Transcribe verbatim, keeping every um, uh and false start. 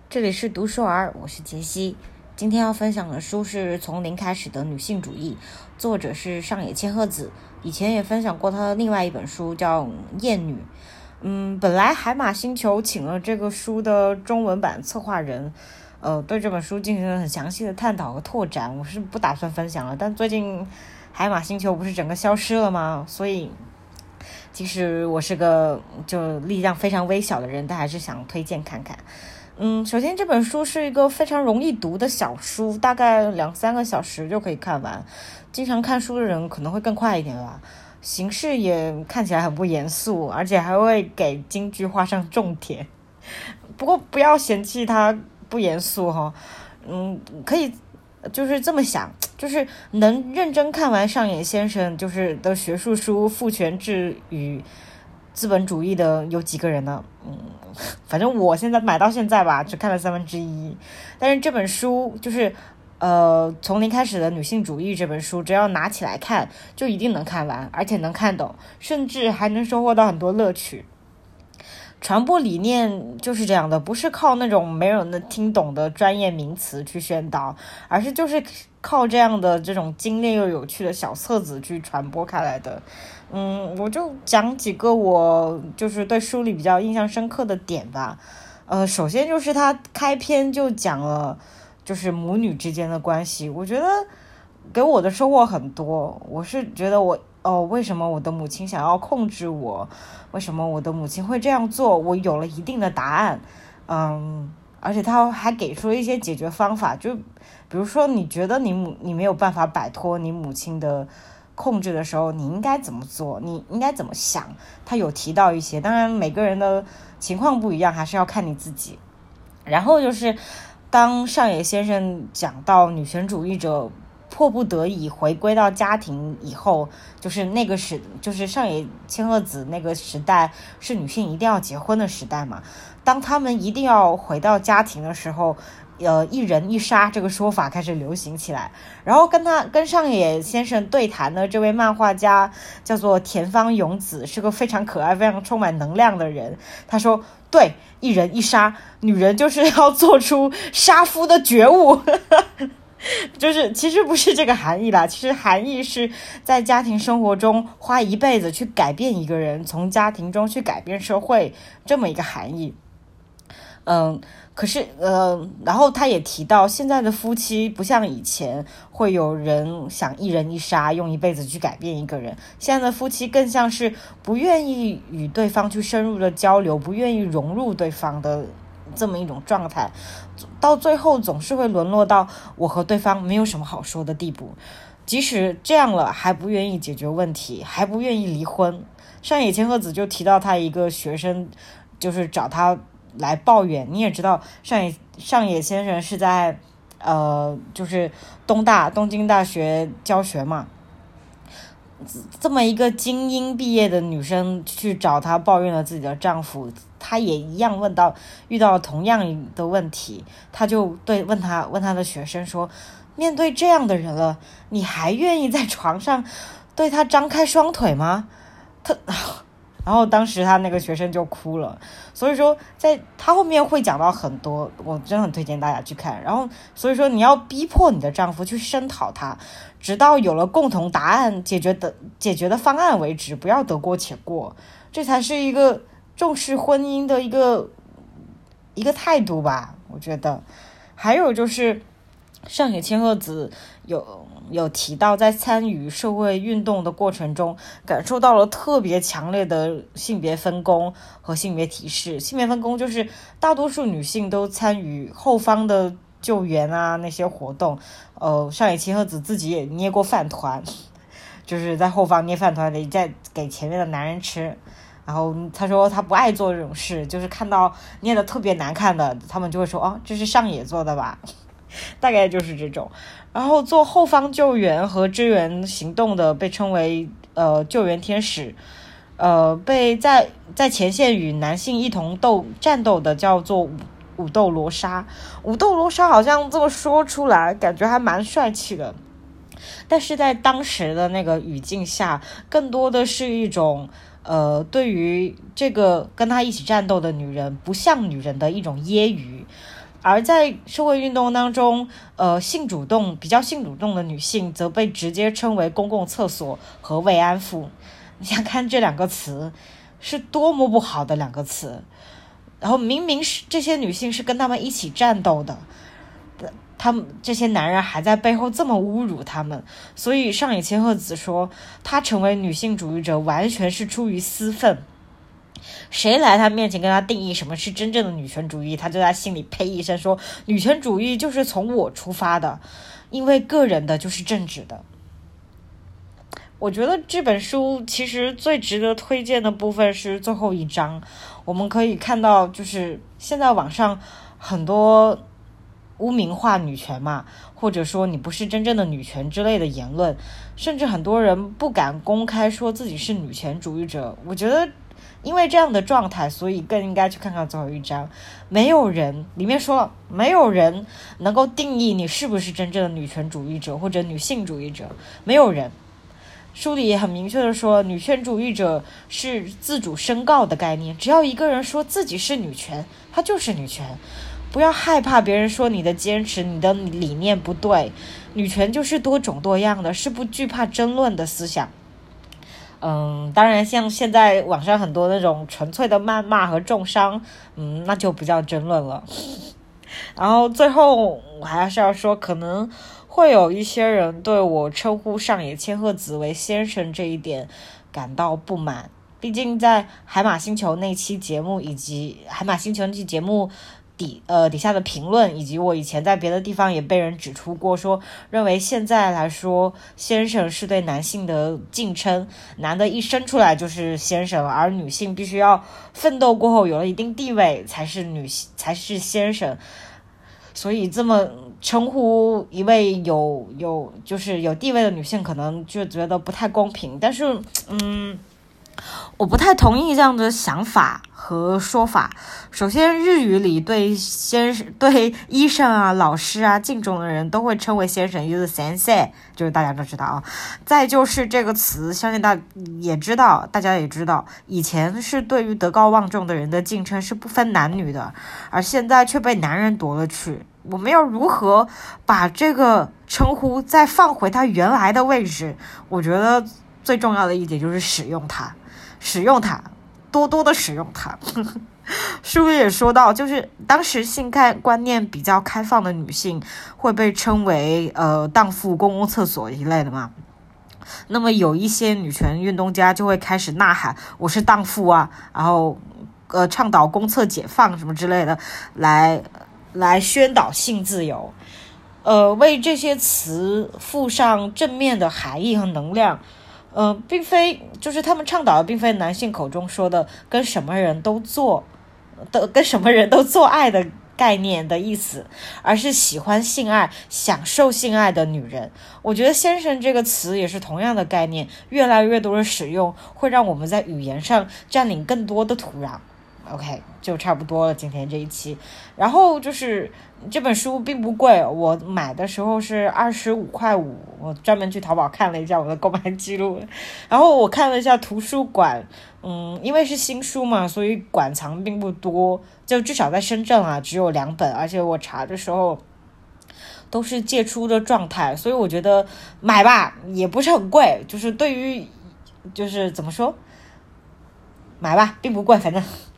这里是读书儿，我是杰西。今天要分享的书是《从零开始的女性主义》，作者是上野千鹤子。以前也分享过她的另外一本书叫《厌女》。嗯，本来海马星球请了这个书的中文版策划人，呃，对这本书进行了很详细的探讨和拓展，我是不打算分享了。但最近海马星球不是整个消失了吗？所以即使我是个就力量非常微小的人，但还是想推荐看看。嗯，首先这本书是一个非常容易读的小书，大概两三个小时就可以看完。经常看书的人可能会更快一点吧。形式也看起来很不严肃，而且还会给金句画上重点。不过不要嫌弃它不严肃哈，嗯，可以就是这么想，就是能认真看完上野先生就是的学术书《父权制与资本主义》的有几个人呢？嗯，反正我现在买到现在吧，只看了三分之一。但是这本书就是呃，从零开始的女性主义这本书，只要拿起来看，就一定能看完，而且能看懂，甚至还能收获到很多乐趣。传播理念就是这样的，不是靠那种没人能听懂的专业名词去宣导，而是就是靠这样的这种精炼又有趣的小册子去传播开来的。嗯，我就讲几个我就是对书里比较印象深刻的点吧。呃，首先就是他开篇就讲了就是母女之间的关系，我觉得给我的收获很多。我是觉得我哦，为什么我的母亲想要控制我？为什么我的母亲会这样做？我有了一定的答案。嗯，而且他还给出了一些解决方法，就比如说你觉得你母你没有办法摆脱你母亲的控制的时候，你应该怎么做？你应该怎么想？他有提到一些，当然每个人的情况不一样，还是要看你自己。然后就是当上野先生讲到女权主义者迫不得已回归到家庭以后，就是那个时就是上野千鹤子那个时代是女性一定要结婚的时代嘛。当他们一定要回到家庭的时候，呃，一人一杀这个说法开始流行起来。然后跟他跟上野先生对谈的这位漫画家叫做田方勇子，是个非常可爱、非常充满能量的人。他说：“对，一人一杀，女人就是要做出杀夫的觉悟。”就是其实不是这个含义啦，其实含义是在家庭生活中花一辈子去改变一个人，从家庭中去改变社会，这么一个含义。嗯，可是呃，然后他也提到，现在的夫妻不像以前会有人想一人一杀，用一辈子去改变一个人。现在的夫妻更像是不愿意与对方去深入的交流，不愿意融入对方的这么一种状态，到最后总是会沦落到我和对方没有什么好说的地步。即使这样了，还不愿意解决问题，还不愿意离婚。上野千鹤子就提到他一个学生，就是找他来抱怨。你也知道上野上野先生是在呃，就是东大东京大学教学嘛，这么一个精英毕业的女生去找他抱怨了自己的丈夫，她也一样问到遇到了同样的问题，她就对问他问他的学生说，面对这样的人了，你还愿意在床上对他张开双腿吗？他然后当时他那个学生就哭了。所以说在他后面会讲到很多，我真的很推荐大家去看。然后所以说你要逼迫你的丈夫去声讨他，直到有了共同答案解决的解决的方案为止，不要得过且过，这才是一个重视婚姻的一个一个态度吧，我觉得。还有就是上野千鹤子有有提到，在参与社会运动的过程中，感受到了特别强烈的性别分工和性别歧视。性别分工就是大多数女性都参与后方的救援啊那些活动，呃，上野千鹤子自己也捏过饭团，就是在后方捏饭团得再给前面的男人吃。然后他说他不爱做这种事，就是看到捏的特别难看的，他们就会说哦，这是上野做的吧。大概就是这种。然后做后方救援和支援行动的被称为呃救援天使，呃被在在前线与男性一同斗战斗的叫做武武斗罗莎。武斗罗莎好像这么说出来感觉还蛮帅气的，但是在当时的那个语境下，更多的是一种呃对于这个跟他一起战斗的女人不像女人的一种揶揄。 而在社会运动当中，呃，性主动比较性主动的女性则被直接称为公共厕所和慰安妇。你想看这两个词是多么不好的两个词，然后明明是这些女性是跟他们一起战斗的，他们这些男人还在背后这么侮辱他们。所以上野千鹤子说，她成为女性主义者完全是出于私愤。谁来他面前跟他定义什么是真正的女权主义，他就在心里呸一声说，女权主义就是从我出发的，因为个人的就是政治的。我觉得这本书其实最值得推荐的部分是最后一章，我们可以看到就是现在网上很多污名化女权嘛，或者说你不是真正的女权之类的言论，甚至很多人不敢公开说自己是女权主义者。我觉得因为这样的状态，所以更应该去看看最后一章。没有人，里面说了，没有人能够定义你是不是真正的女权主义者或者女性主义者，没有人。书里也很明确的说，女权主义者是自主申告的概念，只要一个人说自己是女权，他就是女权。不要害怕别人说你的坚持，你的理念不对，女权就是多种多样的，是不惧怕争论的思想。嗯，当然像现在网上很多那种纯粹的谩骂和重伤，嗯，那就不叫争论了。然后最后我还是要说，可能会有一些人对我称呼上野千鹤子为先生这一点感到不满，毕竟在海马星球那期节目以及海马星球那期节目底呃底下的评论，以及我以前在别的地方也被人指出过，说认为现在来说先生是对男性的敬称，男的一生出来就是先生，而女性必须要奋斗过后有了一定地位才是女才是先生。所以这么称呼一位有有就是有地位的女性，可能就觉得不太公平。但是嗯我不太同意这样的想法和说法。首先，日语里对先生、对医生啊、老师啊敬重的人都会称为先生，就是先生，就是大家都知道啊。再就是这个词，相信大家也知道，大家也知道，以前是对于德高望重的人的敬称是不分男女的，而现在却被男人夺了去。我们要如何把这个称呼再放回它原来的位置？我觉得最重要的一点就是使用它。使用它，多多的使用它。书里也说到，就是当时性观念比较开放的女性会被称为呃荡妇公共厕所一类的嘛。那么有一些女权运动家就会开始呐喊我是荡妇啊，然后呃倡导公厕解放什么之类的，来来宣导性自由，呃为这些词附上正面的含义和能量。呃，并非就是他们倡导的，并非男性口中说的跟什么人都做的跟什么人都做爱的概念的意思，而是喜欢性爱、享受性爱的女人。我觉得先生这个词也是同样的概念，越来越多的使用会让我们在语言上占领更多的土壤。OK， 就差不多了今天这一期。然后就是这本书并不贵，我买的时候是二十五块五，我专门去淘宝看了一下我的购买记录，然后我看了一下图书馆，嗯，因为是新书嘛，所以馆藏并不多，就至少在深圳啊只有两本，而且我查的时候都是借出的状态，所以我觉得买吧也不是很贵，就是对于就是怎么说，买吧并不贵，反正